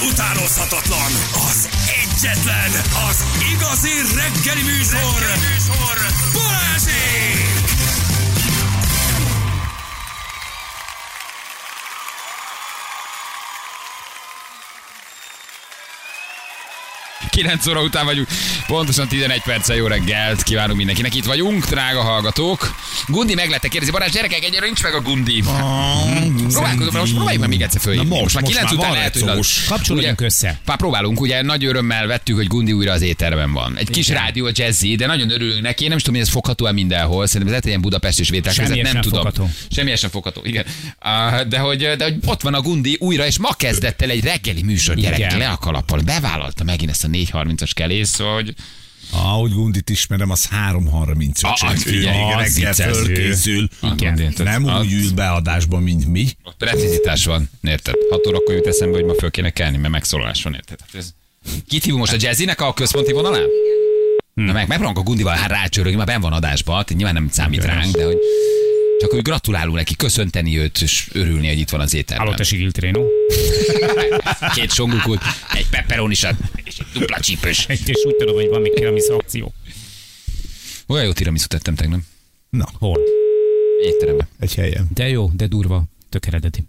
utánozhatatlan, az egyetlen, az igazi reggeli műsor, Balázsék! 9 óra után vagyunk, pontosan 11 perccel jó reggelt kívánunk mindenkinek. Itt vagyunk, drága hallgatók. Gundi meg lett kérdezni, Balázs, gyerekek, egyre nincs meg a Gundi. Próbálkozom, most próbáljuk már még egyszer följönni. Most már 9 után lehet, hogy kapcsolódjunk össze. Próbálunk, ugye nagy örömmel vettük, hogy Gundi újra az éterben van. Egy kis rádió, jazzy, de nagyon örülünk neki. Én nem is tudom, hogy ez fogható-e mindenhol. Szerintem ez lehet ilyen Budapest és Vétel között, nem tudom. Semmilyen sem fogható, igen. De hogy ott van a Gundi újra, és ma kezdett el egy reggeli műsor, gyerekek, le a kalappal. Bevállalta megint ezt a 4:30-as kelés, hogy... Ahogy Gundit ismerem, az 3:35. Ő reggel fölkészül. Nem úgy ül beadásban, mint mi. Ott precizitás van, érted? 6 órakor jut eszembe, hogy ma föl kéne kelni, mert megszólalás van, érted? Kit hívunk most a jazzinek a központi vonalán? Na megpróbálunk a Gundival rácsörögni, már benn van adásban, nyilván nem számít ránk, de hogy csak úgy gratulálunk neki, köszönteni őt, és örülni, hogy itt van az ételben. Hallott a Sigil Tréno? 2 songukút, egy pepperonisat, és egy dupla csípős. És úgy tudom, hogy van még tiramisu akció. Olyan jó tiramisu tettem tegnap. Na, hol? Étteremben. Egy helyen. De jó, de durva, tök eredeti.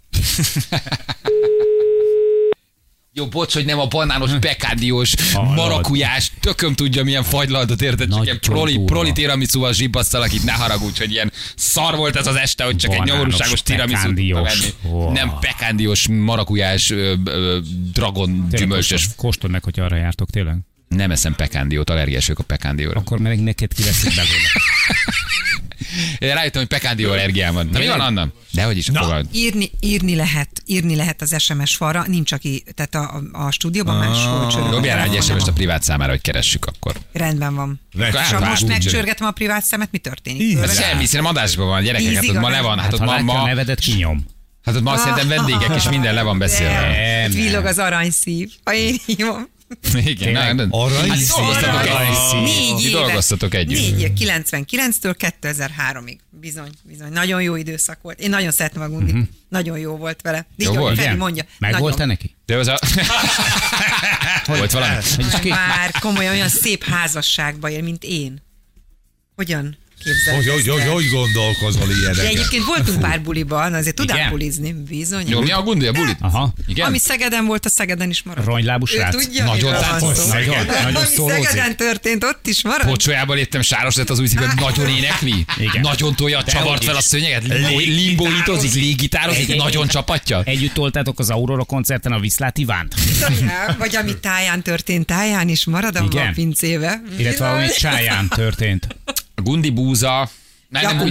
Jó, bocs, hogy nem a banános, pekádiós, marakujás, tököm tudja milyen fagylaltot, érted? Csak ilyen proli tiramisuval zsibbasztalak, itt ne haragudj, hogy ilyen szar volt ez az este, hogy csak banános, egy nyomorúságos tiramisut tudtam venni. Nem pekándiós, marakujás, dragon gyümölcsös. Kóstold meg, hogy arra jártok tényleg. Nem eszem pekándiót, allergiás vagyok a pekándióra. Akkor meg neked kiveszik belőle. Én rájöttem, hogy pekándió allergiám van. Na mi van, Anna? Dehogy is fogad. Írni lehet az SMS falra, nincs aki, tehát a stúdióban máshol csörög. Dobjál rá egy SMS-t a privát számára, hogy keressük akkor. Rendben van. És ha most megcsörgetem a privát számet, mi történik? Semmi, szerintem adásban van, gyerekek, hát ott ma le van. Hát ha látja a nevedet, kinyom. Hát ott ma szerintem vendégek, és minden le van beszélve. Villog az aranyszív, ha én hívom. Igen, dolgoztatok együtt. 99-től 2003-ig. Bizony. Nagyon jó időszak volt. Én nagyon szeretem a Gundit. Nagyon jó volt vele. Jó volt? Feri mondja. Meg volt-e neki? De az volt valami? Már komolyan olyan szép házasságban él, mint én. Hogyan? Hogy gondolkozol ilyeneket? De egyébként voltunk pár buliban, azért tudám bulizni, bizony. Jó, mi a Gundi a bulit? Aha. Igen? Ami Szegeden volt, a Szegeden is marad. Ronylábú srác. Nagyon táncos. Nagyon szólózik. Szegeden történt, ott is marad. Pocsolyába léptem, sáros lett az új cikkben, nagyon énekli. Nagyon tolja, csavart fel a szőnyeget, limbóítozik, légitározik, nagyon csapatja. Együtt toltátok az Aurora koncerten a Viszlát Ivánt? Vagy ami táján történt, táján is marad a pincébe. Illetve ami Csáján történt. A Gundi búza. Nem.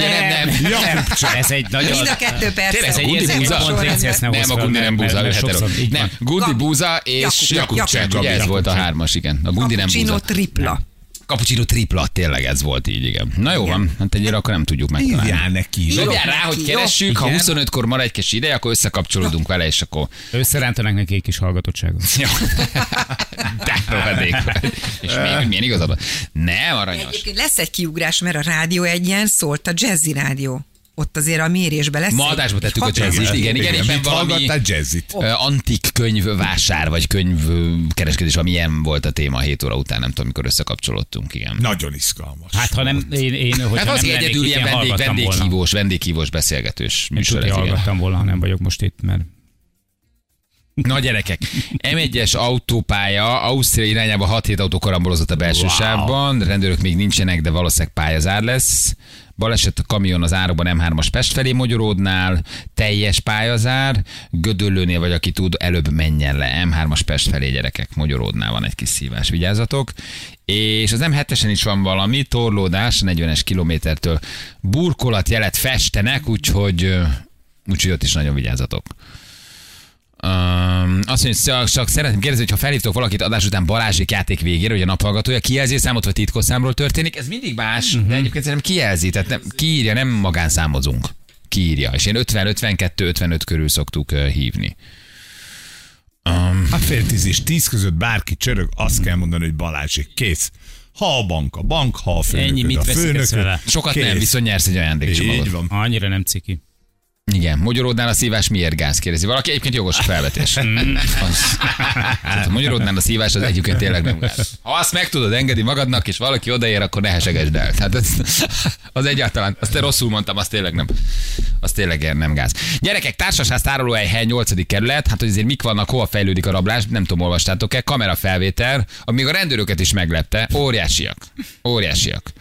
Ez egy nagyon... Mind a 2 perc. Ez egy Gundi búza. Nem, a Gundi nem búza, ő hetero. Nem, Gundi búza és Jakubcsák, ugye ez volt a 3-as, igen. A Gundi nem búza. Cappuccino tripla. Cappuccino tripla, tényleg ez volt így, igen. Na jó van, hát egyre akkor nem tudjuk megtalálni. Írjál neki. Dobjál rá, hogy keressük, ha 25-kor marad egy kis ideje, akkor összekapcsolódunk vele, és akkor... Összerántanak neki egy kis hallgatottságot. De rohadék. És még milyen igazad van? Nem, aranyos. Egyébként lesz egy kiugrás, mert a Rádió Egyen szólt a Jazzy Rádió. Ott azért a mérésbe lesz. Ma adásba tettük a jazzit, igen, éppen valami antik könyvvásár, vagy könyvkereskedés, ami ilyen volt a téma a 7 óra után, nem tudom, amikor összekapcsolódtunk, igen. Nagyon izgalmas. Hát ha nem, hogyha hát az nem egyedül ilyen vendéghívós, beszélgetős műsor. Hallgattam volna, ha nem vagyok most itt, mert... Na gyerekek, M1-es autópálya Ausztria irányába 6 autó karambolozott a belső sávban, rendőrök még nincsenek, de valószínűleg pályazár lesz. Baleset a kamion az árokban M3-as Pest felé Mogyoródnál, teljes pályazár, Gödöllőnél vagy aki tud, előbb menjen le. M3-as Pest felé, gyerekek, Mogyoródnál van egy kis szívás, vigyázzatok. És az M7-esen is van valami, torlódás 40-es kilométertől burkolatjelet festenek, úgyhogy ott is nagyon vigyázzatok. Azt mondja, csak szeretném kérdezni, hogy ha felhívtok valakit adás után Balázsék játék végére, hogy a naphallgatója kijelzi számot, vagy titkosszámról történik, ez mindig más, de egyébként szerintem kijelzi, tehát nem, kiírja, nem magánszámozunk. Kiírja, és én 50, 52, 55 körül szoktuk hívni. A fél 10 és 10 között bárki csörög, azt kell mondani, hogy Balázsék, kész. Ha a bank, ha a főnököd, ennyi, mit a főnököd. Sokat kész. Nem, viszont nyersz egy ajándékcsomagot. Annyira nem ciki. Igen, magyaródnál a szívás miért gáz, kérdezi valaki. Egyébként jogos a felvetés. Tehát a magyaródnál a szívás az egyébként tényleg nem gáz. Ha azt meg tudod engedni magadnak, és valaki odaér, akkor ne hesegesd el. Tehát az egyáltalán, azt rosszul mondtam, az tényleg nem gáz. Gyerekek, társasház tárolóhely 8. kerület, hát hogy azért mik vannak, hova fejlődik a rablás, nem tudom, olvastátok-e, kamerafelvétel, ami még a rendőröket is meglepte, óriásiak.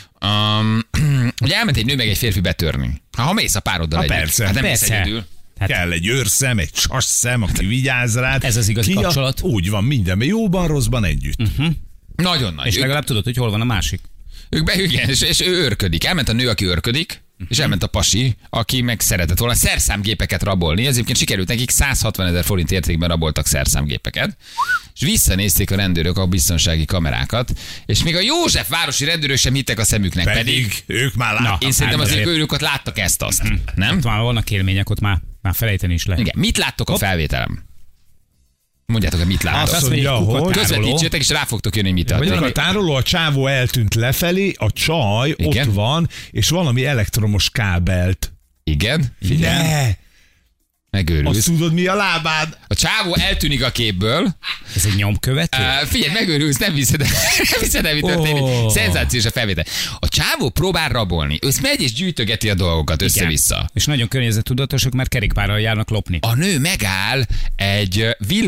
Ugye elment egy nő meg egy férfi betörni. Ha mész a pároddal együtt. Persze. Hát nem mész Persze. egyedül. Kell egy őrszem, egy sasszem, aki vigyáz rád. Ez az igazi kapcsolat. Úgy van, mindenben jóban, rosszban együtt. Nagyon nagy. És legalább tudod, hogy hol van a másik. Igen, és ő őrködik. Elment a nő, aki őrködik, és elment a pasi, aki meg szeretett volna szerszámgépeket rabolni. Ezért sikerült nekik 160 000 forint értékben raboltak szerszámgépeket. És visszanézték a rendőrök a biztonsági kamerákat, és még a József városi rendőrök sem hittek a szemüknek. Pedig ők már láttak. én szerintem hát azért azért. ők ott láttak ezt-azt. Nem? Ott már vannak élmények, ott már felejteni is lehet. Igen. Mit láttok a felvételem? Mondjátok, hogy mit láttok. Azt mondja, mondja, hogy Közvetítsétek, és rá fogtok jönni, hogy mit Vagyok láttok. a tároló, a csávó eltűnt lefelé, a csaj Igen. ott van, és valami elektromos kábelt. Igen? Ne! Megőrülsz. Azt tudod, mi a lábád? A csávó eltűnik a képből. Ez egy nyomkövető? Figyelj, megőrülsz, nem viszed el, mi történik. Ó. Szenzációs a felvétel. A csávó próbál rabolni. Ő megy és gyűjtögeti a dolgokat össze-vissza. És nagyon környezettudatosak, mert kerékpárral járnak lopni. A nő megáll egy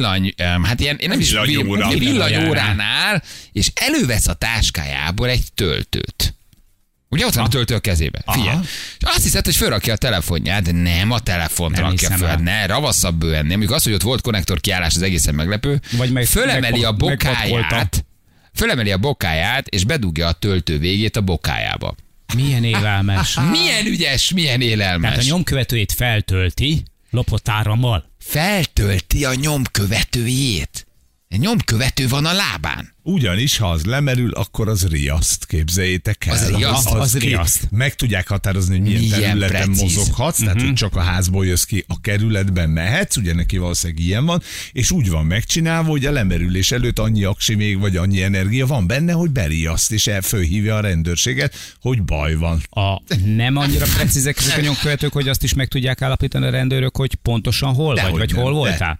hát ilyen, én nem is Villanyóra. villanyóránál, és elővesz a táskájából egy töltőt. Ugye ott van a töltő a kezébe. Figyelj. És azt hiszed, hogy fölrakja a telefonját, de nem a telefont Nem rakja hiszem föl. el. Ne, ravaszabb bőven. Mondjuk az, hogy ott volt konnektor kiállás, az egészen meglepő. Vagy Fölemeli a megpakolta. bokáját. Fölemeli a bokáját, és bedugja a töltő végét a bokájába. Milyen élelmes. Milyen ügyes, milyen élelmes. Tehát a nyomkövetőjét feltölti, lopott árammal. Feltölti a nyomkövetőjét. Egy nyomkövető van a lábán. Ugyanis, ha az lemerül, akkor az riaszt, képzeljétek el. Az riaszt? Az riaszt. Meg tudják határozni, hogy milyen Milyen területen precíz. mozoghatsz, tehát hogy csak a házból jössz ki, a kerületben mehetsz, ugye neki valószínűleg ilyen van, és úgy van megcsinálva, hogy a lemerülés előtt annyi aksi még, vagy annyi energia van benne, hogy beriaszt, és fölhívja a rendőrséget, hogy baj van. Nem annyira precízek ezek a nyomkövetők, hogy azt is meg tudják állapítani a rendőrök, hogy pontosan hol Dehogy vagy nem, hol de. voltál.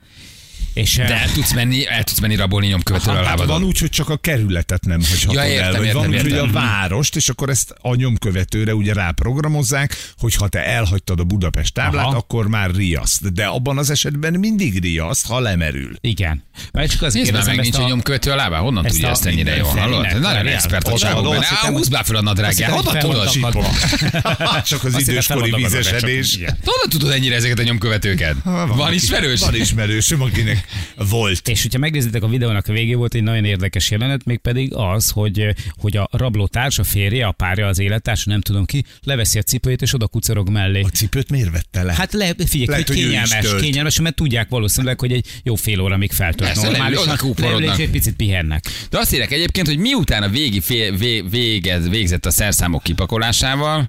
És De el tudsz menni rabolni nyomkövetőről a Hát van lábadon. úgy, hogy csak a kerületet nem hagyhatod Ja, értem, el, vagy értem, van úgy, hogy értem. a várost, és akkor ezt a nyomkövetőre ugye ráprogramozzák, hogy ha te elhagytad a Budapest táblát, Aha. akkor már riaszt. De abban az esetben mindig riaszt, ha lemerül. igen. Mert csak azért Nézd már meg, kérdezem nincs ezt egy nyomkövető a lábán. Honnan ezt tudja a- ezt ennyire jól? mindenféle- Hallod? Nagyon Várjál, expert a ott csávó. van, benne. azt hittem- Húzd már fel a nadrágját. azt Honnan hittem, tudod? fel vannak adva. Csak az Azt időskori hittem, fel vannak vízesedés. adva, csak- Honnan tudod ennyire ezeket a nyomkövetőket? Van ismerős? Van ismerősöm, akinek volt. És hogyha megnézitek a videónak a végén volt egy nagyon érdekes jelenet, mégpedig az, hogy a rablótárs, a férje, a párja, az élettársa, nem tudom ki, leveszi a cipőjét és oda kucorog mellé. A cipőt miért vette le? Hát figyelj, Lehet, hogy hogy ő is tölt. kényelmes, mert tudják valószínűleg, hogy egy jó fél óra még feltölt. Persze, Normálisan oda kúporodnak. leülés, egy picit pihennek. De azt írják egyébként, hogy miután a végzett a szerszámok kipakolásával,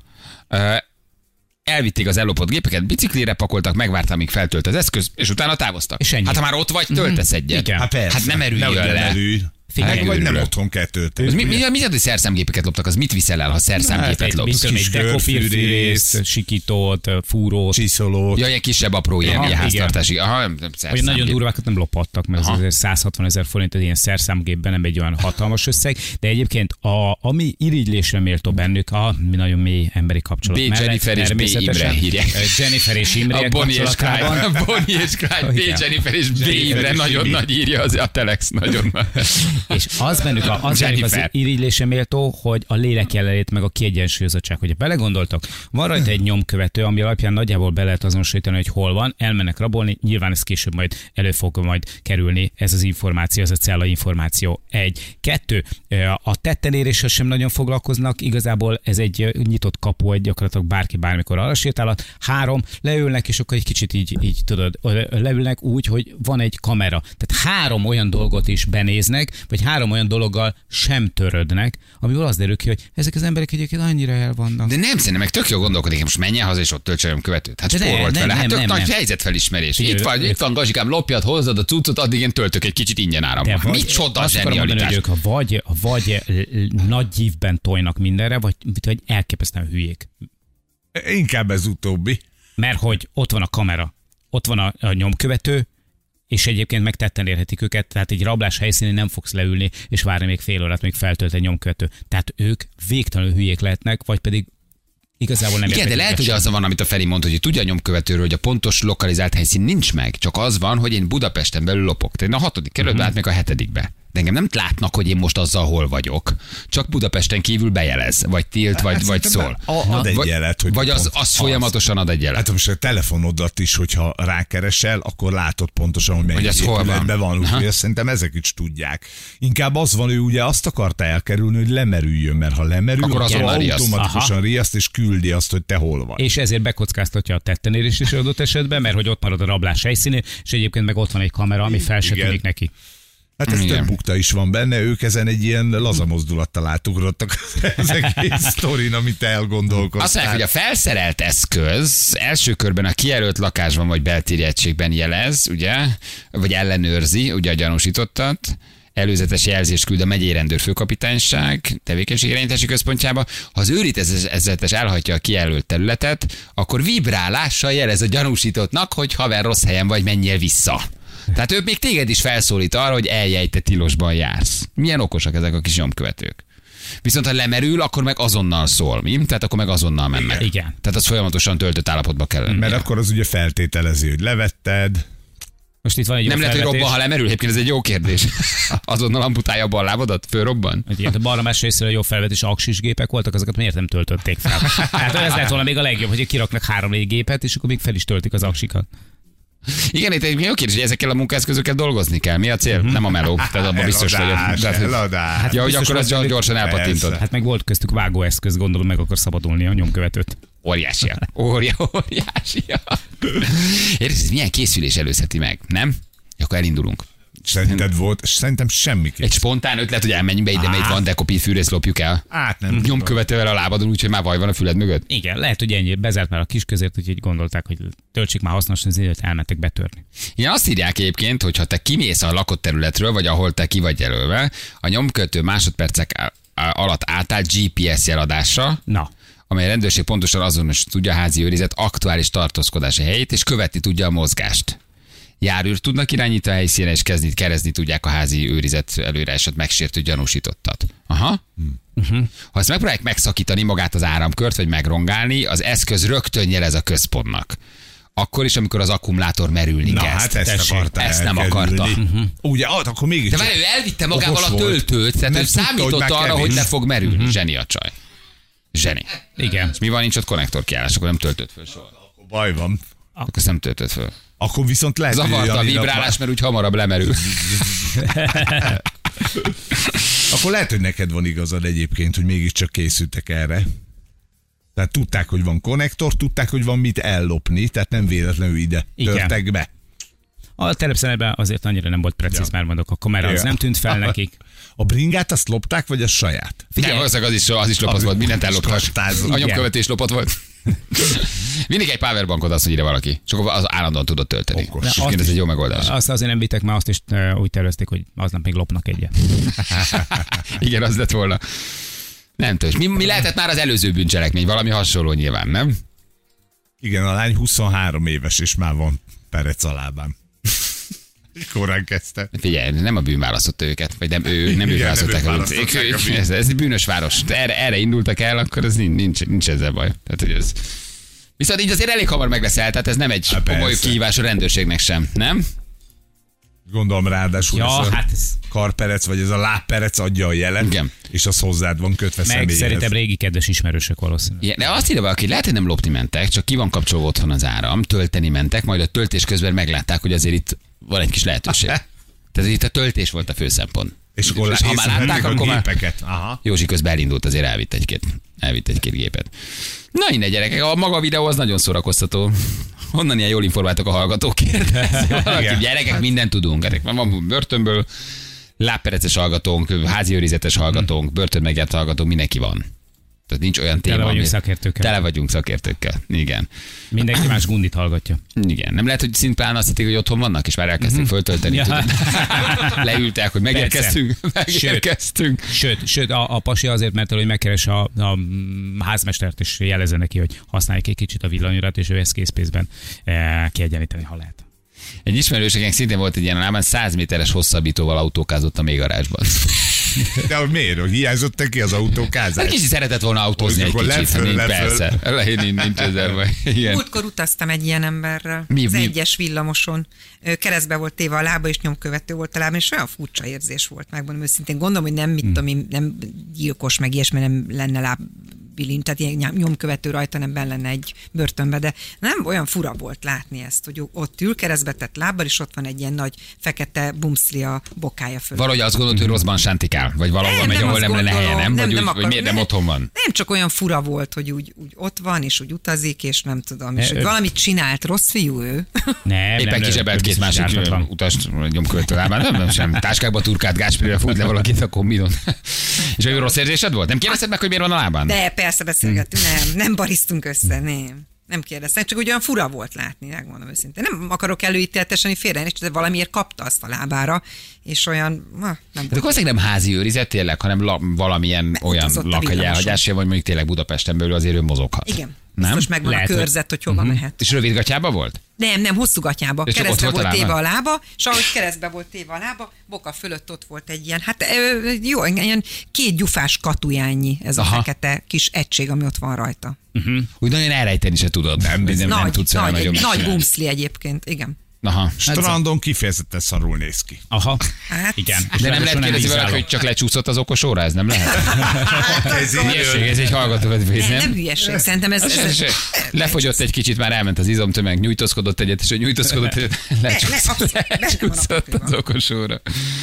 elvitték az ellopott gépeket, biciklire pakoltak, megvárták, amíg feltölt az eszköz, és utána távoztak. És ennyi. Hát ha már ott vagy, töltesz egyet. Igen. Hát persze. Hát nem erüljön Nehogy le. lemerülj. Figyelj, Meg vagy nem örülök. otthon kell tölteni. Az mi az, hogy szerszámgépeket loptak? Az mit viszel el, ha szerszámgépet egy lopsz? egy dekopírfűrészt, sikítót, fúrót. Csiszolót. Ja, ilyen kisebb apró ilyen Aha, háztartási. Aha, Hogy nagyon szerszámgép. durvákat nem lopattak, mert ez Aha. azért 160 000 forint egy ilyen szerszámgépben nem egy olyan hatalmas összeg, de egyébként ami irigylésre méltó bennük, a nagyon mély emberi kapcsolat B. mellett, Jennifer és B. természetesen, Imre hívják. Jennifer és Imre A Bonnie és kapcsolatában. Clyde. Bonnie és Clyde, B. Igen. Jennifer és B. Imre. Nagyon nagy írja az a Telex. Nagyon nagy. És az bennük az Jennifer. irigylésre méltó, hogy a lélek jelenlét meg a kiegyensúlyozottság. Hogyha belegondoltok, van rajta egy nyomkövető, ami alapján nagyjából be lehet azonosítani, hogy hol van, elmennek rabolni, nyilván ez később majd elő fog majd kerülni, ez az információ, ez a cella információ. 1. 2. A tettenéréssel sem nagyon foglalkoznak, igazából ez egy nyitott kapu, egy gyakorlatilag bárki bármikor arra sétálhat. 3. Leülnek, és akkor egy kicsit így tudod, leülnek úgy, hogy van egy kamera. Tehát 3 olyan dolgot is benéznek, vagy 3 olyan dologgal sem törődnek, amiből az derül ki, hogy ezek az emberek egyébként annyira el vannak. De nem, szerintem meg tök jó gondolkodik, most menjen haza és ott töltsön követőt. Hát De ne, spórolt nem, vele. Hát nem, tök nem, nagy nem. helyzetfelismerés. Figyelj, Itt van gazsikám, lopjad, hozzad a cuccot, addig én töltök egy kicsit ingyen áramban. Micsoda azt akarom mondani, zsenialitás. hogy ők vagy nagy gyívben tojnak mindenre, vagy elképesztően hülyék. Inkább ez utóbbi. Mert hogy ott van a kamera, ott van a nyomkövető, és egyébként meg tetten érhetik őket, tehát egy rablás helyszínén nem fogsz leülni, és várni még fél órát, még feltölt egy nyomkövető. Tehát ők végtelenül hülyék lehetnek, vagy pedig igazából nem. Igen, de lehet, hogy az van, amit a Feri mondta, hogy tudja a nyomkövetőről, hogy a pontos lokalizált helyszín nincs meg, csak az van, hogy én Budapesten belül lopok. Tehát a 6. kerületbe át meg a 7. De engem nem látnak, hogy én most azzal hol vagyok. Csak Budapesten kívül bejelez, vagy tilt, vagy szól. Ad egy jelet, hogy vagy az folyamatosan ad egy jelet. Hát most a telefonodat is, hogyha rákeresel, akkor látod pontosan, hogy melyik épületben van. Úgyhogy ezt szerintem ezek is tudják. Inkább az van, ő ugye azt akarta elkerülni, hogy lemerüljön, mert ha lemerül, akkor automatikusan riaszt, és küldi azt, hogy te hol vagy. És ezért bekockáztatja a tettenérést is adott esetben, mert hogy ott marad a rablás helyszínén, és egyébként meg ott van egy kamera, ami fel se tűnik neki. Hát ez több bukta is van benne, ők ezen egy ilyen laza mozdulattal átugrottak az egész sztorin, amit elgondolkoztál. Azt mondják, hogy a felszerelt eszköz első körben a kijelölt lakásban vagy beltéri egységben jelez, ugye, vagy ellenőrzi, ugye a gyanúsítottat, előzetes jelzést küld a megyei rendőrfőkapitányság tevékenységirányítási központjába. Ha az őrizetes elhagyja a kijelölt területet, akkor vibrálással jelez a gyanúsítottnak, hogy haver rossz helyen vagy, menjél vissza. Tehát ő még téged is felszólít arra, hogy eljej, te tilosban jársz. Milyen okosak ezek a kis nyomkövetők. Viszont ha lemerül, akkor meg azonnal szól, mi? Tehát akkor meg azonnal mennek. Igen. Tehát az folyamatosan töltött állapotba kell lenni. Mert akkor az ugye feltételezi, hogy levetted. Most itt van egy nem lehet, hogy robban, ha lemerül. Egyébként ez egy jó kérdés. Azonnal amputálja a bal lábadat, fölrobban? Igen, a balra más részéről jó felvetés aksis gépek voltak, azokat miért nem töltötték fel? Hát ez lett volna még a legjobb, hogy kiraknak 3-4 gépet, és akkor még fel is töltik az aksikat. Igen, itt egy jó kérdés, hogy ezekkel a munkaeszközökkel dolgozni kell. Mi a cél? Nem a meló. Tehát abban biztos vagyok. Eladás. Ja, hogy akkor az gyorsan elpatintod. Hát meg volt köztük vágóeszköz, gondolom meg akar szabadulni a nyomkövetőt. Óriási. Óriási. Érted, milyen készülés előzheti meg, nem? Akkor elindulunk. Szerinted volt? Szerintem semmiképp. Egy spontán ötlet, hogy elmenjünk be ide, mert itt van dekopír fűrész, lopjuk el. Nem nyomkövetővel a lábadon, úgyhogy már vaj van a füled mögött. Igen, lehet, hogy ennyi. Bezárt már a kisközért, úgyhogy gondolták, hogy töltsék már hasznosan az időt, elmentek betörni. Igen, azt írják egyébként, hogy ha te kimész a lakott területről, vagy ahol te ki vagy jelölve, a nyomkövető másodpercek alatt átáll GPS jeladásra. Na. Amely a rendőrség pontosan azonosítja tudja a házi őrizet aktuális tartózkodási helyét, és követni tudja a mozgást. Járőrt tudnak irányítani a helyszínen, és kerezni tudják a házi őrizet előírását megsértő gyanúsítottat. Aha. Ha ezt megpróbálják megszakítani magát az áramkört, vagy megrongálni, az eszköz rögtön jelez a központnak. Akkor is, amikor az akkumulátor merülni kezd. Hát ezt nem akarta. Ugye, akkor mégis. De várj, ő elvitte magával a töltőt, tehát ő számított arra, hogy le fog merülni. Zseni a csaj. Zseni. Igen. És mi van, nincs ott konnektor kiállás, akkor nem töltött föl soha. Akkor baj van. Akkor nem töltött föl. Akkor viszont lehet, zavarta a vibrálás, mert úgy hamarabb lemerül. Akkor lehet, hogy neked van igazad egyébként, hogy mégiscsak készültek erre. Tehát tudták, hogy van konnektor, tudták, hogy van mit ellopni, tehát nem véletlenül ide törtek be. A telepszenetben azért annyira nem volt precíz, már mondok, a kamera az nem tűnt fel nekik. A bringát azt lopták, vagy a saját? Figyelj, az is lopott volt, mindent elloptak. A nyomkövetés lopott volt. Mindig egy powerbankod, azt írja valaki. Csak az állandóan tudod tölteni. Ez egy jó megoldás. Azt azért nem vittek, mert azt is úgy tervezték, hogy aznap még lopnak egyet. Igen, az lett volna. Nem tudom. Mi lehetett már az előző bűncselekmény? Valami hasonló nyilván, nem? Igen, a lány 23 éves, és már van perec a lábán. Korán kezdte. Figyelj, nem a bűn választotta őket, vagy nem ők választották. Ez egy bűnös város. Erre indultak el, akkor ez nincs ezzel baj. Tehát, hogy ez... Viszont így azért elég hamar megleszel, tehát ez nem egy komoly kihívás a rendőrségnek sem, nem? Gondolom ráadásul ez karperec, vagy ez a lábperec adja a jelet, igen. És az hozzád van kötve személyhez. Meg szerintem régi kedves ismerősök valószínűleg. Igen, de azt írja valaki, lehet, hogy nem lopni mentek, csak ki van kapcsolva otthon az áram, tölteni mentek, majd a töltés közben meglátták, hogy azért itt van egy kis lehetőség. Tehát itt a töltés volt a fő szempont. És ha már látták, akkor már... Aha. Józsi közben elindult, azért elvitt egy-két gépet. Na innen gyerekek, a maga videó az nagyon szórakoztató. Honnan ilyen jól informáltak a hallgatók? Gyerekek, mindent tudunk. Van börtönből, lábpereces hallgatónk, házi őrizetes hallgatónk, börtön megjárt hallgatónk, mindenki van. Tehát nincs olyan téma. Tele vagyunk szakértőkkel. Tele vagyunk szakértőkkel. Igen. Mindenki más Gundit hallgatja. Igen. Nem lehet, hogy szintén azt hitték, hogy otthon vannak, és már elkezdték föltölteni. Ja. Tudod? Leültek, hogy megérkeztünk. Sőt, a pasi azért, mert hogy megkeres a házmestert, és jelezze neki, hogy használják egy kicsit a villanyurat, és ő ezt készpénzben kiegyenlíteni, ha lehet. Egy ismerőségnek szintén volt egy ilyen lábán 100 méteres hosszabbítóval autókázott a mélygarázsban. De hogy miért? Hogy hiányzott neki az autókázás? Egy kicsit szeretett volna autózni egy Hogy kicsit. leföl. Persze. Nincs ezzel baj. Igen. Múltkor utaztam egy ilyen emberrel. Mi? Az egyes villamoson. Keresztbe volt téve a lába, és nyomkövető volt a lábán, és olyan furcsa érzés volt, megmondom őszintén. Gondolom, hogy nem, mit tudom én, nem gyilkos, meg ilyesmi, nem lenne lábbilin, tehát ilyen nyomkövető rajta nem benne lenne egy börtönbe, de nem olyan fura volt látni ezt, hogy ott ül keresztbe tett lábbal, és ott van egy ilyen nagy fekete bumszli a bokája fölött. Valahogy azt gondolod, hogy rosszban sántikál, vagy valahol megy, ahol nem lenne helye, nem? Vagy miért nem otthon van? Nem, csak olyan fura volt, hogy úgy ott van, és úgy utazik, és nem tudom, és hogy valamit csinált, rossz fiú ő. Nem, Éppen kizsebelt két másik utast nyomkövető lábán. Nem, sem. Táskákba turkált Gáspérre fújt le valakit a kombinon. És olyan rossz érzésed volt? Nem kérdezted meg, hogy miért van a lábán? De persze beszélgettünk, nem barisztunk össze, nem kérdeztem, csak úgy olyan fura volt látni, megmondom őszintén. Nem akarok előítéletesen félre, de valamiért kapta azt a lábára, és olyan, nem de akkor nem házi őrizet tényleg, hanem valamilyen olyan lakhagy elhagyásja, vagy mondjuk tényleg Budapesten belül azért ő mozoghat. Igen. Nem? Most megvan a körzet, hogy hova mehet. És rövid gatyába volt? Nem, hosszú gatyába. És Keresztbe volt téve a lába, és ahogy keresztbe volt téve a lába, boka fölött ott volt egy ilyen, jó, ilyen 2 gyufás katujányi ez a fekete kis egység, ami ott van rajta. Úgy nagyon elrejteni se tudod. Nem tudsz olyan nagyon nagy bumszli egyébként, igen. Aha. Strandon kifejezetten szarul néz ki. Aha. Hát, Igen. De nem lehet kérdezni valaki, hogy csak lecsúszott az okos óra? Ez nem lehet? Ez egy hallgató. Nem hülyeség, szerintem ez lefogyott egy kicsit, már elment az izomtömeg, nyújtózkodott egyet, és hogy nyújtózkodott egyet, lecsúszott az okos óra.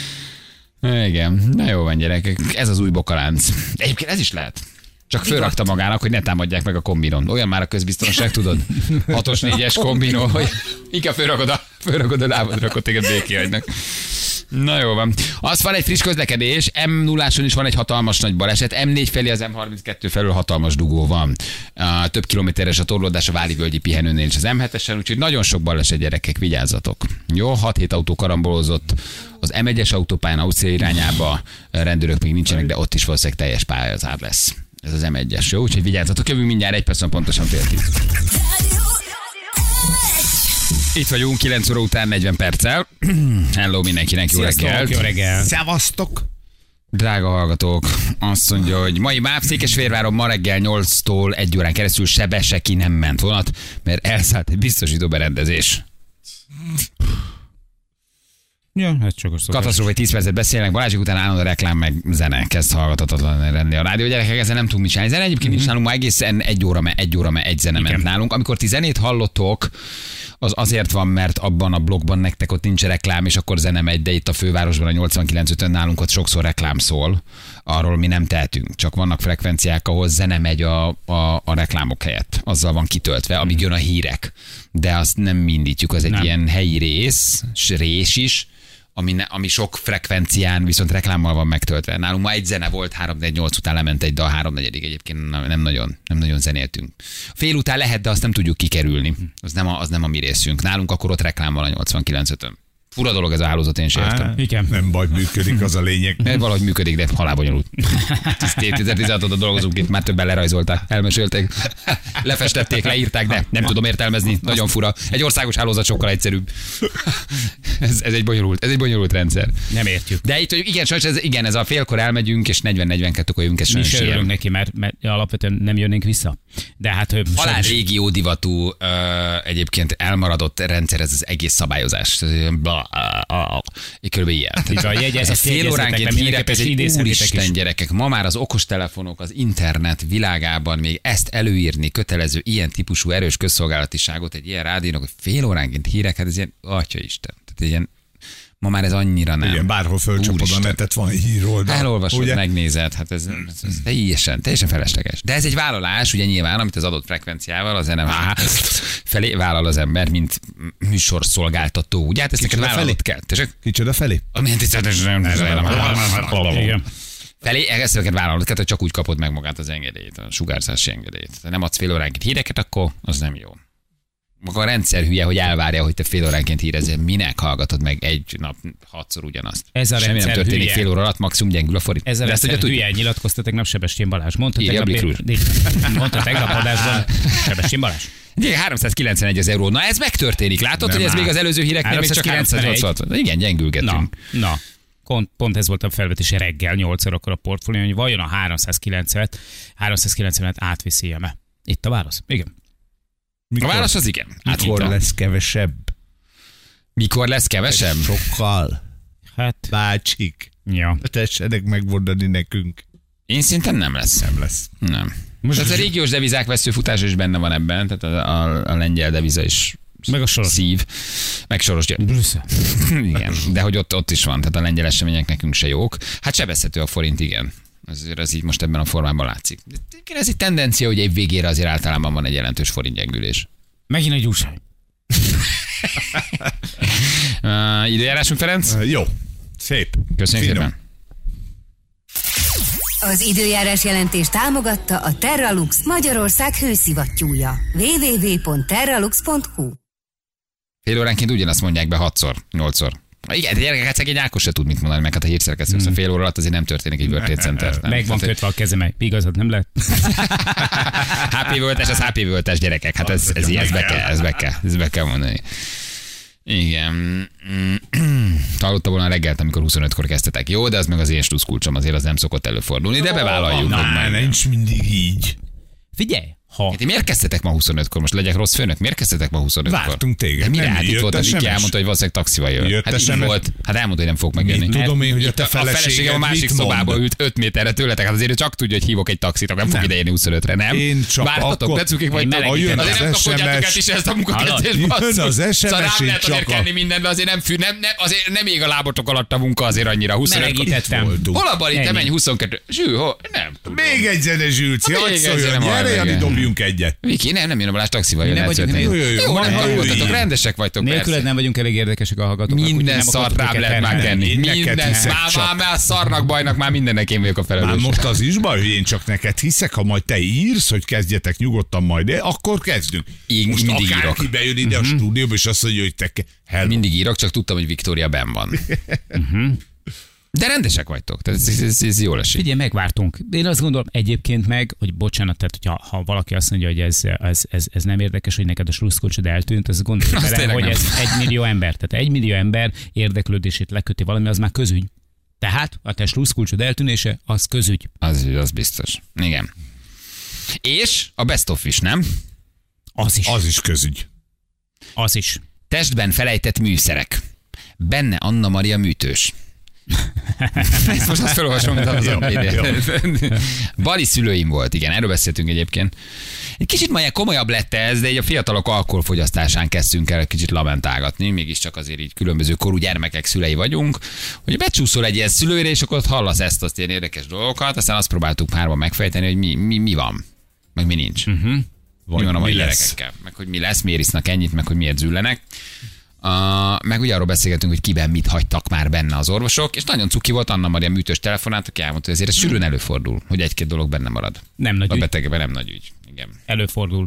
Igen, na jó van gyerekek, ez az új bokalánc. Egyébként ez is lehet. Csak fölrakta magának, hogy ne támadják meg a kombinon. Olyan már a közbiztonság, tudod? 6-os, 4-es kombinó, hogy inkább fölrakod a lábadra, akkor téged béké hagynak. Na jó van. Az van egy friss közlekedés, M0-áson is van egy hatalmas nagy baleset, M4 felé az M32 felül hatalmas dugó van. Több kilométeres a torlódás a Vári-völgyi pihenőnél és az M7-esen, úgyhogy nagyon sok baleset, gyerekek, vigyázzatok. Jó, 6-7 autó karambolozott az M1-es autópályán Ausztria irányába, rendőrök még nincsenek, de ott is valószínűleg teljes pályázár lesz. Ez az M1-es, jó? Úgyhogy vigyázzatok, jövünk mindjárt 1 percen pontosan 9:30. Itt vagyunk 9 óra után 40 perccel. Hello mindenkinek, jó reggelt. Jó reggel. Szevasztok! Drága hallgatók, azt mondja, hogy mai MÁV Székesfehérváron ma reggel 8-tól 1 órán keresztül Sebeseki nem ment vonat, mert elszállt egy biztosító berendezés. Ja, ez csak a Katasztrófa, hogy 10 percet beszélnek, Balázsik után állandó reklám meg zene kezd hallgathatatlan lenni a rádió. Gyerekek, ezzel nem tudunk mit csinálni. Zene egyébként nincs nálunk, ma egészen 1 óra, egy zene ment nálunk. Amikor ti zenét hallottok, az azért van, mert abban a blogban nektek ott nincs reklám, és akkor zene megy, de itt a fővárosban a 89.5-ön nálunk ott sokszor reklám szól. Arról mi nem tehetünk. Csak vannak frekvenciák, ahol zene megy a reklámok helyett. Azzal van kitöltve, amíg jön a hírek. De azt nem mindítjuk, az egy ilyen helyi rés is, ami sok frekvencián viszont reklámmal van megtöltve. Nálunk ma egy zene volt, 3-4-8 után lement egy dal, 3-4 egyébként nem nagyon zenéltünk. Fél után lehet, de azt nem tudjuk kikerülni. Az nem a mi részünk. Nálunk akkor ott reklám van a 89.5-ön. Fura dolog ez a hálózat, én sem értem. Igen. Nem baj, működik, az a lényeg. Valahogy működik, de halálbonyolult. 2016 óta dolgozunk itt, már többen lerajzolták, elmesélték, lefestették, leírták, de nem tudom értelmezni, nagyon fura. Egy országos hálózat sokkal egyszerűbb. Ez egy bonyolult rendszer. Nem értjük. De itt, hogy igen, sajnos ez a félkor elmegyünk, és 40-42-kor jövünk, és mi is örülünk neki, mert alapvetően nem jönnénk vissza. De hát halál régió divatú, egyébként elmaradott rendszer, ez az egész szabályozás. Körülbelül ilyen. Ez a fél óránként hírek, ez egy úristen gyerekek. Ma már az okostelefonok, az internet világában még ezt előírni kötelező ilyen típusú erős közszolgálatiságot egy ilyen rádiónak, hogy fél óránként hírek, hát ez ilyen, atyaisten. Tehát ilyen, ma már ez annyira nem. Igen, bárhol fölcsapod a netet, van híroldal. Elolvasod, ugye? Megnézed, hát ez teljesen felesleges. De ez egy vállalás, ugye nyilván, amit az adott frekvenciával az NMH felé vállal az ember, mint műsorszolgáltató. Ugye, hát ezt neked vállalod kell. Kicsoda felé? Igen. Ezt neked vállalod, hogy csak úgy kapod meg magát az engedélyt, a sugárzási engedélyt. Ha nem adsz fél óránként híreket, akkor az nem jó. Maga a rendszer hülye, hogy elvárja, hogy te fél óránként hírezzél. Minek hallgatod meg egy nap 6-szor ugyanazt? Ez a Semmi nem rendszer történik hülye. fél óra alatt, maximum gyengül a forint. Ez a De ezt rendszer ugye hülye, nyilatkozta tegnap Sebestyén Balázs. Mondta tegnap adásban Sebestyén Balázs. 391 az euró. Na ez megtörténik. Látod, Nem hogy ez áll. még az előző híreknél még csak 380. Igen, gyengülgetünk. Na. Pont ez volt a felvetés reggel 8 órakor a portfólión, hogy vajon a 390-et átviszi-e. Itt a válasz. Igen. A válasz az igen. Mikor lesz kevesebb? Mikor lesz kevesebb? Sokkal. Hát, Bácsik. ja. Tessenek megmondani nekünk. Én szerintem nem lesz. Nem lesz. Nem. Most ez a régiós devizák veszőfutása is benne van ebben, tehát a lengyel deviza is Meg a soros. szív, meg soros győr. Brüsszel. Igen, de hogy ott is van, tehát a lengyel események nekünk se jók. Hát sebezhető a forint, igen. Ez így most ebben a formában látszik. De ez egy tendencia, hogy év végére azért általában van egy jelentős forint gyengülés. Megint egy újság. Időjárásunk, Ferenc? Jó. Szép. Köszönjük Finom. szépen. Az időjárás jelentés támogatta a Terralux Magyarország hőszivattyúja. www.terralux.hu. Fél óránként ugyanazt mondják be 6-szor, 8-szor. Igen, de gyerekek, hát szegény Ákos se tud mit mondani, meg hát a hírszerkesztő, szóval fél óra alatt azért nem történik egy World Trade Center. Nem? Meg van Tehát, kötve a kezeme. Igazad nem lehet. HP völtes, az HP völtes gyerekek, hát ez be kell mondani. Igen. Hallottam volna reggelt, amikor 25-kor kezdtetek. Jó, de az meg az én sluszkulcsom, azért az nem szokott előfordulni, de bevállaljuk. Na, nincs mindig így. Figyelj, ha Hát miért kezdtetek ma 25-kor? Most legyek rossz főnök. Miért kezdtetek ma 25-kor? Vártunk téged. De mire? Nem, Hát itt jött volt, addig ki SMS. elmondta, hogy valószínűleg taxival jön. Jött Hát így SMS. volt. Hát elmondta, hogy nem fog megjönni. Mit tudom én, hogy Itt a a feleségem a másik mit mond? szobába ült 5 méterre tőletek. Hát azért ő csak tudja, hogy hívok egy taxit, nem fog ideérni 25-re, nem? Én csak Vártatok, akkor- decukik vagytok. Én melegítem. Azért nem Az kapodjátok SMS. át is ezt a munkakezdést. Jön basszus. az SMS, Szóval rám én lehet azért csak kenni minden, de azért azért nem ég a lábotok alatt a munka azért annyira. 25 melegítettem. voltunk. Hol a bali? Te Ennyi. menj 22. Zsű, hol? Nem. tudom. Még egy zene, Zsülci, Még hadd egy szóljon, zene, gyere, majd Jani, igen. dobjunk egyet. Viki, nem jön a Balázs taxival, jön Nem vagyunk egyszerűen. Jó, Jó, majd nem hallgattatok, jöjjön. rendesek vagytok, nélküled persze. nem vagyunk elég érdekesek a hallgatók. Minden szart rám lehet már kenni. Én neked Minden, hiszek csak. már szarnak, bajnak, már mindennek én vagyok a Már felelős. most az is baj, hogy én csak neked hiszek, ha majd te írsz, hogy kezdjetek nyugodtan majd, akkor kezdünk. Én Most mindig akárki írok. bejön ide a stúdióba, és azt mondja, hogy te hello. Mindig írok, csak tudtam, hogy Viktória benn van. De rendesek vagytok, tehát ez jól esik. Figyelj, megvártunk. De én azt gondolom egyébként meg, hogy bocsánat, tehát ha valaki azt mondja, hogy ez nem érdekes, hogy neked a sluszkulcsod eltűnt, az gondolj Az bele, tényleg hogy nem. ez 1 millió ember. Tehát 1 millió ember érdeklődését leköti valami, az már közügy. Tehát a te sluszkulcsod eltűnése, az közügy. Az biztos. Igen. És a best of is, nem? Az is közügy. Az is. Testben felejtett műszerek. Benne Anna Maria műtős. Ezt most azt felolvasom, mint az Bali szülőim volt, igen, erről beszéltünk egyébként. Egy kicsit majd komolyabb lett ez, de így a fiatalok alkoholfogyasztásán kezdtünk el kicsit lamentálgatni, mégiscsak azért így különböző korú gyermekek szülei vagyunk, hogy becsúszol egy ilyen szülőre, és akkor ott hallasz ezt ilyen érdekes dolgokat, aztán azt próbáltuk párban megfejteni, hogy mi van, meg mi nincs. Mi van a mai gyerekekkel, meg hogy mi lesz, miért isznak ennyit, meg hogy miért züllenek. Meg ugye arról beszélgetünk, hogy kiben mit hagytak már benne az orvosok, és nagyon cuki volt Anna Maria műtős telefonát, aki elmondta, hogy ezért ez sűrűn előfordul, hogy egy-két dolog benne marad. Nem nagy A ügy. betegben nem nagy ügy. Igen. Előfordul.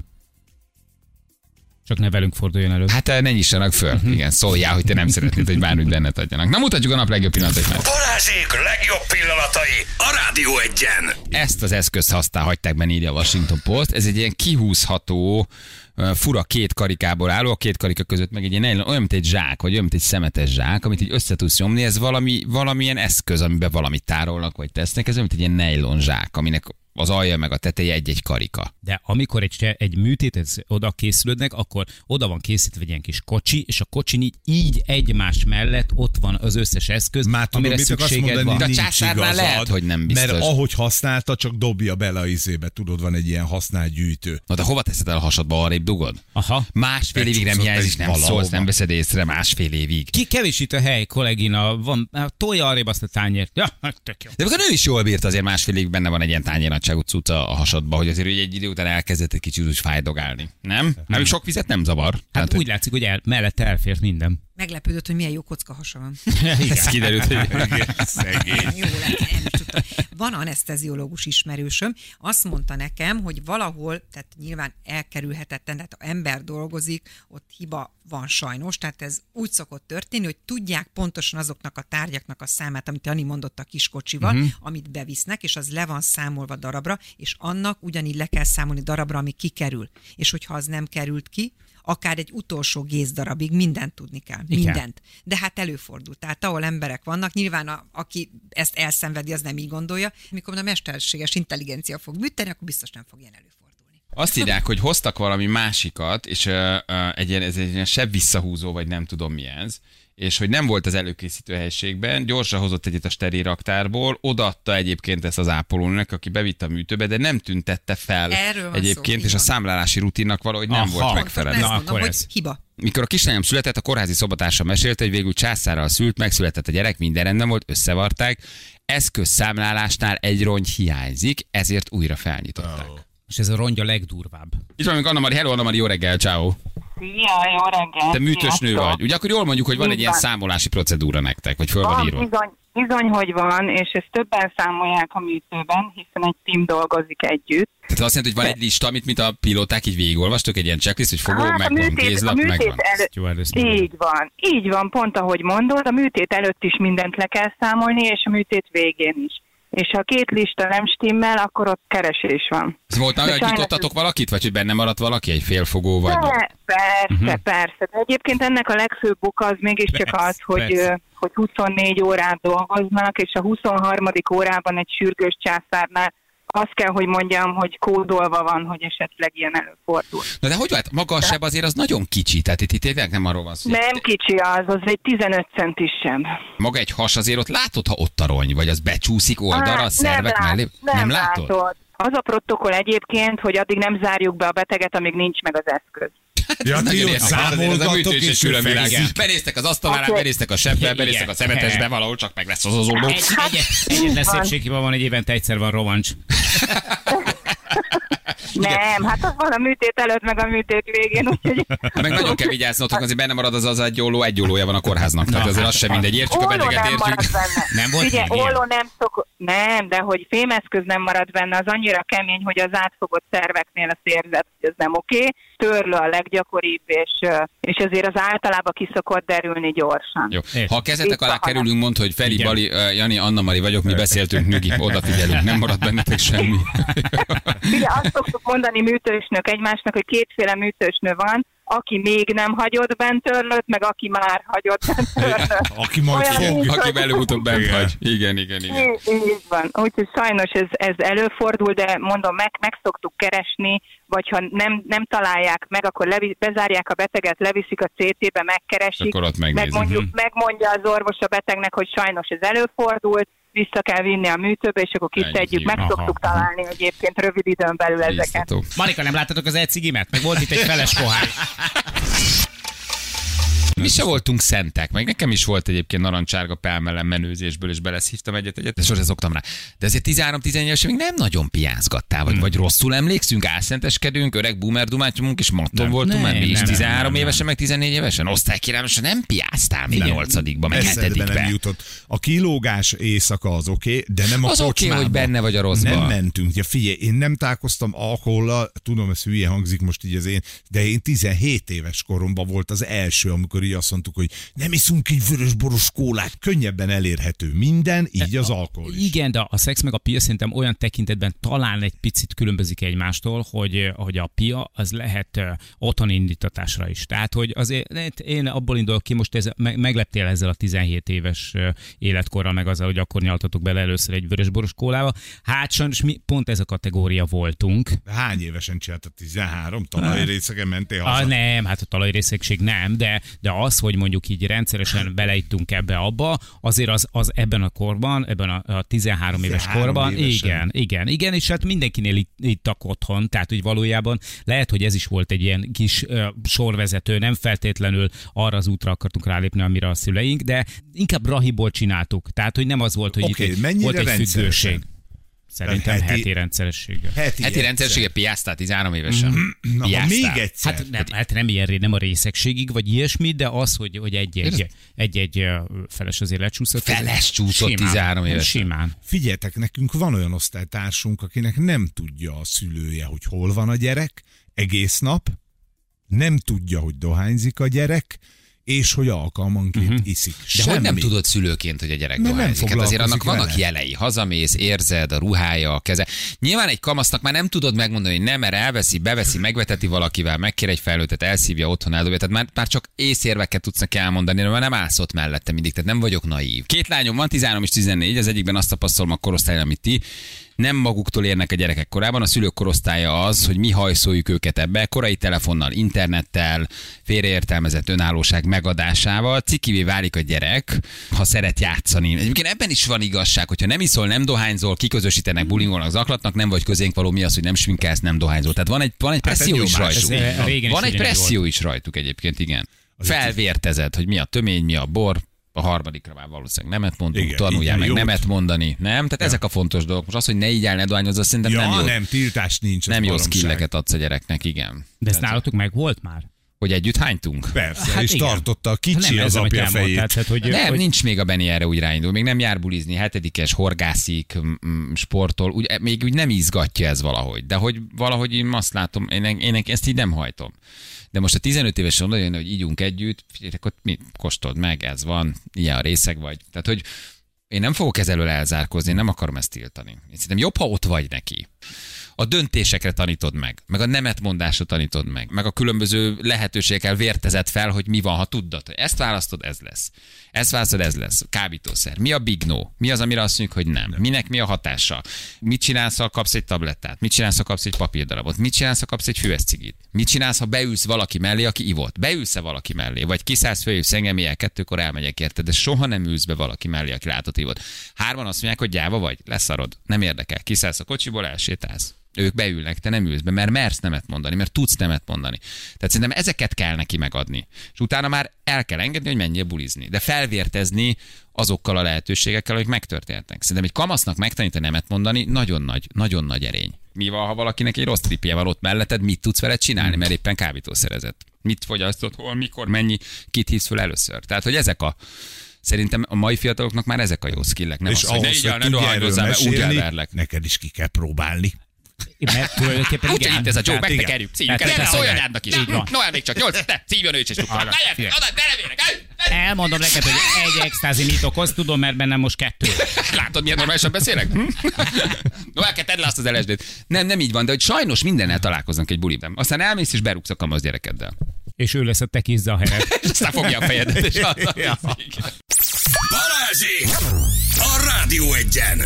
Csak ne velünk forduljon elő. Hát ne nyissanak föl. Igen, szóljál, hogy te nem szeretnéd, hogy bármit benned adjanak. Na mutatjuk a nap legjobb pillanatait meg. Balázsék legjobb pillanatai a Rádió Egyen. Ezt az eszközt hagyták benne, írja a Washington Post. Ez egy ilyen kihúzható, fura két karikából álló, a két karika között meg egy ilyen olyan, mint egy zsák, vagy olyan, mint egy szemetes zsák, amit így össze tudsz nyomni. Ez valamilyen eszköz, amiben valamit tárolnak, vagy tesznek. Ez olyan, mint egy ilyen nejlon zsák, aminek az alja meg a teteje egy-egy karika. De amikor egy műtéthez oda készülődnek, akkor oda van készítve egy ilyen kis kocsi, és a kocsin így egymás mellett ott van az összes eszköz, Már tudom, amire mit akarsz szükséged mondani, van. De a nincs császárnál igazad, lehet, hogy nem biztos. Mert ahogy használta, csak dobja bele a izébe. Tudod, van egy ilyen használt gyűjtő. Na de hova teszed el a hasadba, arrébb dugod? Aha. Másfél évig nem Becsúszott hiányzik, egy nem valahova. szólsz, nem veszed észre, másfél évig. Kevés itt a hely, kollégina, van, tolja arrébb azt a tányért. Ja, tök jó. De akkor ő is jól bírt, azért másfél évig benne van egy ilyen tányérnagyságú cucc a hasadba, hogy azért egy idő után elkezdett egy kicsit úgy fájdogálni. Nem? Nem sok vizet nem zavar. Hát Tehát, úgy látszik, hogy mellette elfért minden. Meglepődött, hogy milyen jó kockahasa van. Ez kiderült, hogy Szegény. Jó lett, nem is tudtam. Van aneszteziológus ismerősöm, azt mondta nekem, hogy valahol, tehát nyilván elkerülhetetlen, tehát ha ember dolgozik, ott hiba van sajnos, tehát ez úgy szokott történni, hogy tudják pontosan azoknak a tárgyaknak a számát, amit Ani mondott a kiskocsival, amit bevisznek, és az le van számolva darabra, és annak ugyanígy le kell számolni darabra, ami kikerül. És hogyha az nem került ki, akár egy utolsó gézdarabig mindent tudni kell. Mindent. De hát előfordul. Tehát ahol emberek vannak, nyilván aki ezt elszenvedi, az nem így gondolja. Mikor a mesterséges intelligencia fog műteni, akkor biztos nem fog ilyen előfordulni. Azt írják, hogy hoztak valami másikat, és ez egy ilyen sebb visszahúzó, vagy nem tudom mi ez, és hogy nem volt az előkészítő helységben, gyorsan hozott egyet a steril raktárból, odaadta egyébként ezt az ápolónak, aki bevitte a műtőbe, de nem tüntette fel egyébként, és a számlálási rutinnak valahogy nem volt megfelelő. Ezt mondom, hogy hiba. Mikor a kislányom született, a kórházi szobatársa mesélte, hogy végül császárral szült, megszületett a gyerek, minden rendben volt, összevarták. Eszközszámlálásnál egy rongy hiányzik, ezért újra felnyitották. És ez a rongy a legdurvább. Itt van még Anna-Mari, hello Anna-Mari, jó reggel, ciao. Szia, jó reggelt! Te műtős nő Sziasztok. vagy. Ugye akkor jól mondjuk, hogy van egy ilyen Van. számolási procedúra nektek, vagy föl van írva. Bizony, hogy van, és ezt többen számolják a műtőben, hiszen egy team dolgozik együtt. Tehát azt jelenti, hogy van egy lista, amit mint a pilóták így végigolvastok, egy ilyen checklist, hogy fogó, Hát, megvan, kézlap, megvan. Így van, pont ahogy mondod, a műtét előtt is mindent le kell számolni, és a műtét végén is. És ha a két lista nem stimmel, akkor ott keresés van. Ez volt már, hogy sajnos- nyitottatok valakit, vagy hogy benne maradt valaki, egy félfogó, vagy... Persze. De egyébként ennek a legfőbb oka az mégiscsak az, hogy 24 órát dolgoznak, és a 23. órában egy sürgős császárnál azt kell, hogy mondjam, hogy kódolva van, hogy esetleg ilyen előfordul. Na de hogy lehet, maga a seb azért az nagyon kicsi, tehát itt tényleg nem arról van szó. hogy Nem kicsi az egy 15 centis sem. Maga egy has azért ott látod, ha ott a rony, vagy az becsúszik oldalra a szervek mellé? Nem látod? látod. Az a protokoll egyébként, hogy addig nem zárjuk be a beteget, amíg nincs meg az eszköz. Ja, Ez ti nagyon ott érdekes. Ez a számolgatok, műtős és és különvilág. üfegzik. Benéztek az asztalára, Oké. benéztek a sebbe, benéztek a szemetesbe, valahol csak meg lesz az azódó. Egyetlen szépséghiba van, hogy évente egyszer van rovancs. Nem, hát az van a műtét előtt, meg a műtét végén, úgyhogy... Meg nagyon kell vigyáznotok, azért benne marad az egy ollója van a kórháznak. Tehát azért az sem mindegy. Értjük a Olló beteget, nem értjük. marad benne. Nem volt Ugye, még ilyen? olló nem szokott... Nem, de hogy fémeszköz nem marad benne, az annyira kemény, hogy az átfogott szerveknél az érzet, hogy ez nem oké. Törlő a leggyakoribb, és azért az általában ki szokott derülni gyorsan. Jó. Értem. Ha a kezetek alá Itt van. kerülünk, mondd, hogy Feri, Igen. Bali, Jani, Anna-Mari vagyok, mi beszéltünk, nyugi, odafigyelünk, nem maradt bennetek semmi. Ugye azt szoktuk mondani műtősnök egymásnak, hogy kétféle műtősnő van, aki még nem hagyott bent törlőt, meg aki már hagyott bent törlőt. Aki majd Olyan fog. nincs, Aki hogy- előbb-utóbb bent Igen. hagy. Igen. Így van. Úgyhogy sajnos ez előfordul, de mondom, meg szoktuk keresni, vagy ha nem találják meg, akkor bezárják a beteget, leviszik a CT-be, megkeresik. Akkor ott megnézik. Megmondja az orvos a betegnek, hogy sajnos ez előfordult, vissza kell vinni a műtőbe, és akkor kiszedjük. Meg Aha. szoktuk találni egyébként rövid időn belül ezeket. Biztató. Marika, nem láttatok az e-cigimet? Meg volt itt egy feles pohár. Mi se voltunk szentek, meg nekem is volt egyébként narancsárga pelmellem menőzésből, és beleszívtam egyet, de sosem szoktam rá. De azért 13-14 évesen még nem nagyon piázgattál, vagy rosszul emlékszünk, álszenteskedünk, öreg boomer dumátyomunk, és matton voltunk már mi is, 13 évesen, meg 14 évesen, osztálykirályosan nem piáztál még a 8-ba, meg Eszedbe nem 7-be. jutott. A kilógás éjszaka az oké, de nem a Az oké, kocsmába. hogy benne vagy a rosszban. Nem mentünk. Ja, figyelj, én nem találkoztam alkohollal, tudom, ez hülye hangzik most így az én, de én 17 éves koromban volt az első, amikor így azt mondtuk, hogy nem iszunk így vörösboros kólát, könnyebben elérhető minden, így az alkohol is. Igen, de a szex meg a pia szerintem olyan tekintetben talán egy picit különbözik egymástól, hogy a pia az lehet otthoni indítatásra is. Tehát, hogy azért én abból indulok ki, most megleptél ezzel a 17 éves életkorral, meg azzal, hogy akkor nyaltatok bele először egy vörösboros kólába. Hát sajnos mi pont ez a kategória voltunk. De hány évesen csináltad? 13? Talajrészeken mentél haza? Nem, hát a talajrészegség nem, de az, hogy mondjuk így rendszeresen beleittunk ebbe-abba, azért az ebben a korban, ebben a 13 éves 13 korban, évesen. igen, és hát mindenkinél ittak otthon, tehát hogy valójában lehet, hogy ez is volt egy ilyen kis sorvezető, nem feltétlenül arra az útra akartunk rálépni, amire a szüleink, de inkább rahiból csináltuk, tehát hogy nem az volt, hogy Oké, itt mennyire volt egy rendszeresen? függőség. Szerintem heti rendszerességgel. Heti rendszeressége Piazza 13 évesen. Na, még egyszer. Hát nem ilyen, nem a részegségig, vagy ilyesmi, de az, hogy egy-egy feles azért lecsúszott. Feles csúszott 13 évesen. Simán. Figyeljetek, nekünk van olyan osztálytársunk, akinek nem tudja a szülője, hogy hol van a gyerek, egész nap, nem tudja, hogy dohányzik a gyerek, és hogy alkalmanként iszik. De hogy nem tudod szülőként, hogy a gyerek dohányzik? Hát azért annak vannak vele. jelei. Hazamész, érzed, a ruhája, a keze. Nyilván egy kamasznak már nem tudod megmondani, hogy nem, mert elveszi, beveszi, megveteti valakivel, megkér egy felnőttet, elszívja, otthon eldobja. Tehát már csak észérveket tudsz neki elmondani, mert nem állsz ott mellette mindig, tehát nem vagyok naív. 2 lányom van, 13 és 14, az egyikben azt tapasztalom a korosztályon, amit ti. Nem maguktól érnek a gyerekek korában, a szülők korosztálya az, hogy mi hajszoljuk őket ebbe, korai telefonnal, internettel, félreértelmezett önállóság megadásával, cikivé válik a gyerek, ha szeret játszani. Egyébként ebben is van igazság, hogyha nem iszol, nem dohányzol, kiközösítenek, bulingolnak, zaklatnak, nem vagy közénk való, mi az, hogy nem sminkelsz, nem dohányzol. Tehát van egy presszió is rajtuk. Van egy presszió is rajtuk egyébként, igen. Felvértezed, hogy mi a tömény, mi a bor. A harmadikra már valószínűleg nemet mondunk, tanuljál meg nemet mondani, nem? Tehát ezek a fontos dolgok. Most az, hogy ne így áll, ne dohányozz, azt szerintem nem jó. Nem, tiltás nincs. Nem jó skilleket adsz a gyereknek, igen. De ez nálatok meg volt már? Hogy együtt hánytunk? Persze, Hát és igen. tartotta a kicsi az apja fejét. Nem, nincs még a Benni erre úgy ráindul. Még nem jár bulizni, 7-es, horgászik, sportol. Még úgy nem izgatja ez valahogy. De hogy valahogy én azt látom, én ezt így nem hajtom. De most a 15 évesen oda jön, hogy ígyunk együtt, figyeljetek, ott mi kóstold meg, ez van, ilyen a részeg vagy. Tehát, hogy én nem fogok ez elől elzárkózni, én nem akarom ezt tiltani. Én szerintem jobb, ha ott vagy neki. A döntésekre tanítod meg a nemetmondásra tanítod meg a különböző lehetőségekkel vértezed fel, hogy mi van, ha tudod, hogy ezt választod, ez lesz. Ezt választod, ez lesz. Kábítószer. Mi a big no? Mi az, amire azt mondjuk, hogy nem? Minek mi a hatása? Mit csinálsz, ha kapsz egy tablettát? Mit csinálsz, ha kapsz egy papírdarabot? Mit csinálsz, ha kapsz egy füveszcigit? Mit csinálsz, ha beülsz valaki mellé, aki ivott? Beülsz-e valaki mellé? Vagy kiszállsz, följössz engem, ilyen 2-kor elmegyek érted, de soha nem ülsz be valaki mellé, aki látott ivott. 3 azt mondják, hogy gyáva vagy, leszarod. Nem érdekel. Kiszállsz a kocsiból, elsétálsz. Ők beülnek, te nem ülsz be, mert mersz nemet mondani, mert tudsz nemet mondani. Tehát szerintem ezeket kell neki megadni. És utána már el kell engedni, hogy menjél bulizni. De felvértezni azokkal a lehetőségekkel, amik megtörténhetnek. Szerintem egy kamasznak megtanítani nemet mondani nagyon nagy erény. Mi van, ha valakinek egy rossz tripje van ott melletted, mit tudsz veled csinálni, mert éppen kábítószerezett. Mit fogyasztott, hol, mikor, mennyi, kit hívsz föl először. Tehát, hogy ezek szerintem a mai fiataloknak már ezek a jó skillek. Nem és az, hogy ahhoz, ne hogy tudj erről mesélni, elverlek. neked is ki kell próbálni. Mert tulajdonképpen Úgy itt ez a joke, megtekerjük, szívjuk el, gyere, szólj anyádnak is. Noel még csak 8, te, szívjon ő is, és lukkol. Na gyere, oda, derevérek, elmondom neked, hogy egy extázi mit okoz, tudom, mert bennem most 2. Látod, milyen normálisan beszélek? Noel, kell tedd le azt az LSD-t. Nem így van, de hogy sajnos mindennel találkoznak egy buliben. Aztán elmész és berúgsz a kamasz gyerekeddel. És ő lesz a te kizza a helyet. És aztán fogja a fejedet, és Balázsék! A Rádió Egyen!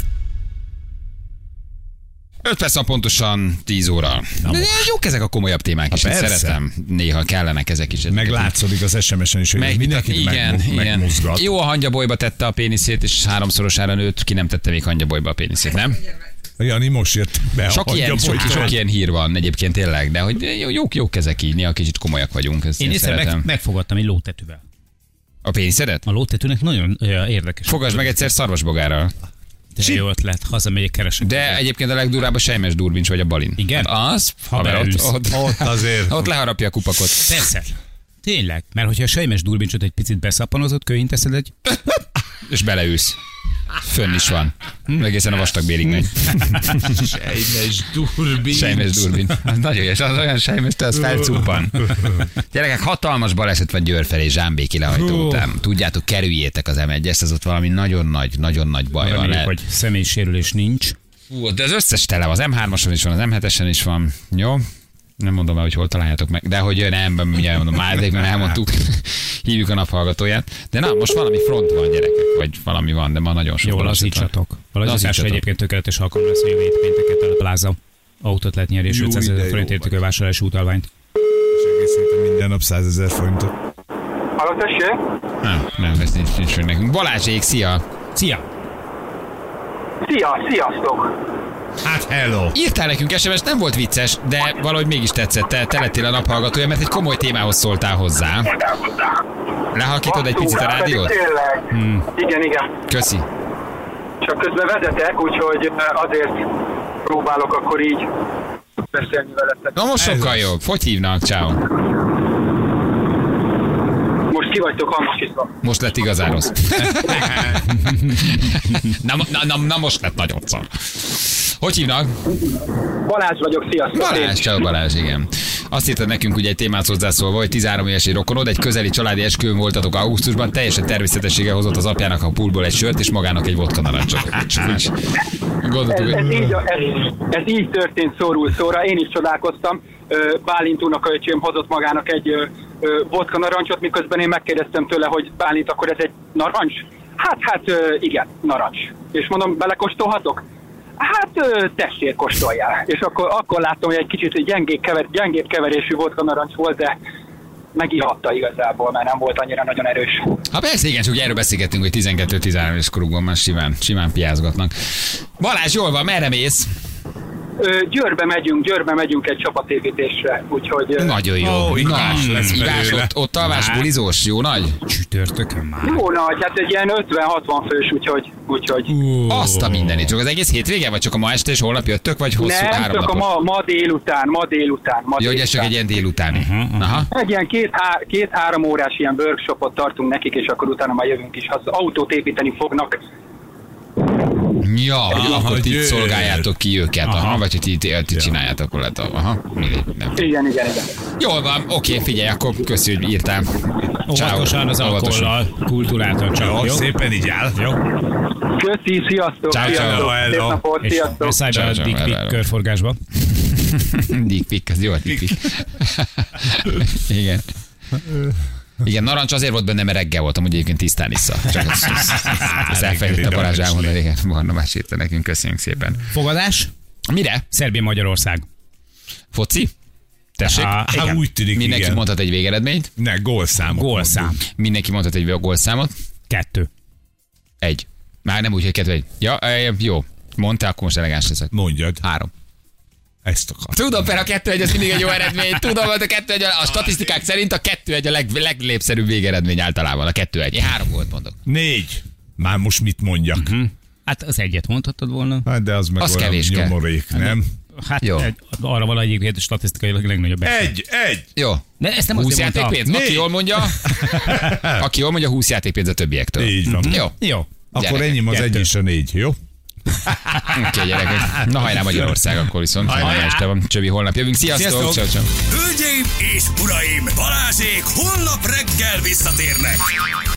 5 perc van pontosan 10 óra. De jók ezek a komolyabb témák is. Persze. Szeretem. Néha kellenek ezek is. Meglátszódik az SMS-en is, hogy mindenkit megmozgat. Jó, a hangyabolyba tette a péniszét, és 3-szorosára nőtt, ki nem tette még hangyabolyba a péniszét, nem? Jani most jött be a Sok ilyen hír van egyébként tényleg, de hogy jók ezek így, néha kicsit komolyak vagyunk. Én észre megfogadtam egy lótetűvel. A péniszedet? A lótetűnek nagyon érdekes. Fogasd meg egyszer szarvasbogárral. De jó ötlet, hazamegyek, keresek. De egyébként a legdurább a sejmes durbincs vagy a balin. Igen? Az, Ott azért. ott leharapja a kupakot. Persze. Tényleg, mert hogyha a sejmes durbincsot egy picit beszappanozott, kőin teszed egy... És beleülsz. Fönn is van. Egészen a vastagbélig megy. Sejmes durbincs. Az nagyon jó, és az olyan sejmes, te az felcuppan. Gyerekek, hatalmas baleset van Győr felé Zsámbéki lehajtó után. Tudjátok, kerüljétek az M1-est, az ott valami nagyon nagy baj van. Reméljük, hogy személysérülés nincs. De az összes tele, az M3-ason is van, az M7-esen is van. Jó? Nem mondom el, hogy hol találjátok meg, de hogy nem, mindjárt mondom, már elmondtuk, hívjuk a naphallgatóját. De na, most valami front van, gyerekek, vagy valami van, de ma nagyon sok. Jól lazítsatok. A lazításra egyébként tökéletes alkalom lesz, hogy jövő hét pénteken a Pláza autót lehet nyerni, és 500 000 forint értékű vásárlási utalványt. És egész minden nap 100 000 forintot. Halló, tessék? Nem, ez nincs meg nekünk. Balázsék, szia! Szia! Sziasztok! Hát hello! Írtál nekünk SMS, nem volt vicces, de valahogy mégis tetszett. Te lettél a naphallgatója, mert egy komoly témához szóltál hozzá. Lehalkítod egy picit a rádiót? Igen. Köszi. csak közben vezetek, úgyhogy azért próbálok akkor így beszélni veletek. Na most sokkal jobb. Hogy hívnak? Ciao. Most ki vagytok hangosítva? Most lett igazán rossz. na, most lett nagyon szar. Hogy hívnak? Balázs vagyok, sziasztok! Balázs, ciao Balázs, igen. Azt írtad nekünk ugye egy témát hozzászólva, hogy 13 éves egy rokonod, egy közeli családi esküvőn voltatok augusztusban, teljesen természetességgel hozott az apjának a pultból egy sört, és magának egy vodka narancsot. Ez így történt szórul szóra, én is csodálkoztam. Bálint unokaöcsém hozott magának egy vodka narancsot, miközben én megkérdeztem tőle, hogy Bálint, akkor ez egy narancs? Hát igen, narancs. És mondom, belekóstolhatok? Hát tessék, kóstoljál. És akkor láttam, hogy egy kicsit gyengébb keverésű vodka narancs volt, de megihatta igazából, mert nem volt annyira nagyon erős. Ha persze, igen, csak erről beszélgettünk, hogy 12-13 éves korukban már simán piázgatnak. Balázs, jól van, merre mész? Győrbe megyünk egy csapatépítésre, úgyhogy... Nagyon jó. Ivás lesz Ivás, ott alvás, bulizós, jó nagy? Csütörtökön már. Jó nagy, hát egy ilyen 50-60 fős, úgyhogy... Azt a mindenit. Csak az egész hétvége, vagy csak a ma este és holnap jöttök, vagy hosszú nem, 3 csak napos? ma délután. Jó, hogy ez csak egy ilyen délutáni. Aha. Egy ilyen 2-3 órás ilyen workshopot tartunk nekik, és akkor utána már jövünk is. Ha az autót építeni fognak, Ja, akkor ti hogy szolgáljátok ki őket, vagy hogy ti csináljátok, akkor lehet, nem. igen. Jól van, oké, figyelj, akkor köszi, hogy írtál. Óvatosan az alkohollal, kultúráltan csak, jó? Szépen így áll. Jó? köszi, sziasztok! Ciao, Sziasztok! hello. Szép napot, És sziasztok! szállj be a Ciao, dick pic hello. körforgásba. Dick pic, az jó a dick pic. Igen. Igen, narancs azért volt benne, mert reggel voltam, hogy egyébként tisztánissza. Csak azt elfelejtette Balázs elmondani, igen, Barna más írta nekünk, köszönjük szépen. Fogadás? Mire? Szerbia-Magyarország. Foci? Tessék? Igen. Úgy tűnik, Mindenki igen. mondhat egy végeredményt. Ne, gólszámot. Gólszám. Mindenki mondhat egy gólszámot. 2. 1. Már nem úgy, hogy 2-1. Ja, jó. Mondta, akkor most elegáns leszek. Mondjad. 3. Ezt akar. Tudom, mert a 2-1 az mindig egy jó eredmény. Tudom, hogy a 2-1 a statisztikák szerint a 2-1 a legnépszerűbb végeredmény általában. A 2-1. Én 3 gólt mondok. 4. Már most mit mondjak? Hát az egyet mondhatod volna. Hát de az meg Az olyan kevés kell. nyomorék, nem? Hát Jó. arra van egyébként statisztikailag legnagyobb esély. Egy. Jó. De ezt nem 20 azért mondta. játékpénz? Aki jól mondja, 20 játékpénz a többiektől. Így van. Jó. Jó. Akkor Gyerekek, ennyi az 1 és a 4, jó? Oké, gyerekek. Na hajrá Magyarország, akkor viszont hajrá este van. Csövi, holnap jövünk. Sziasztok! Sziasztok! Ciao, ciao. Hölgyeim és uraim, Balázsék holnap reggel visszatérnek.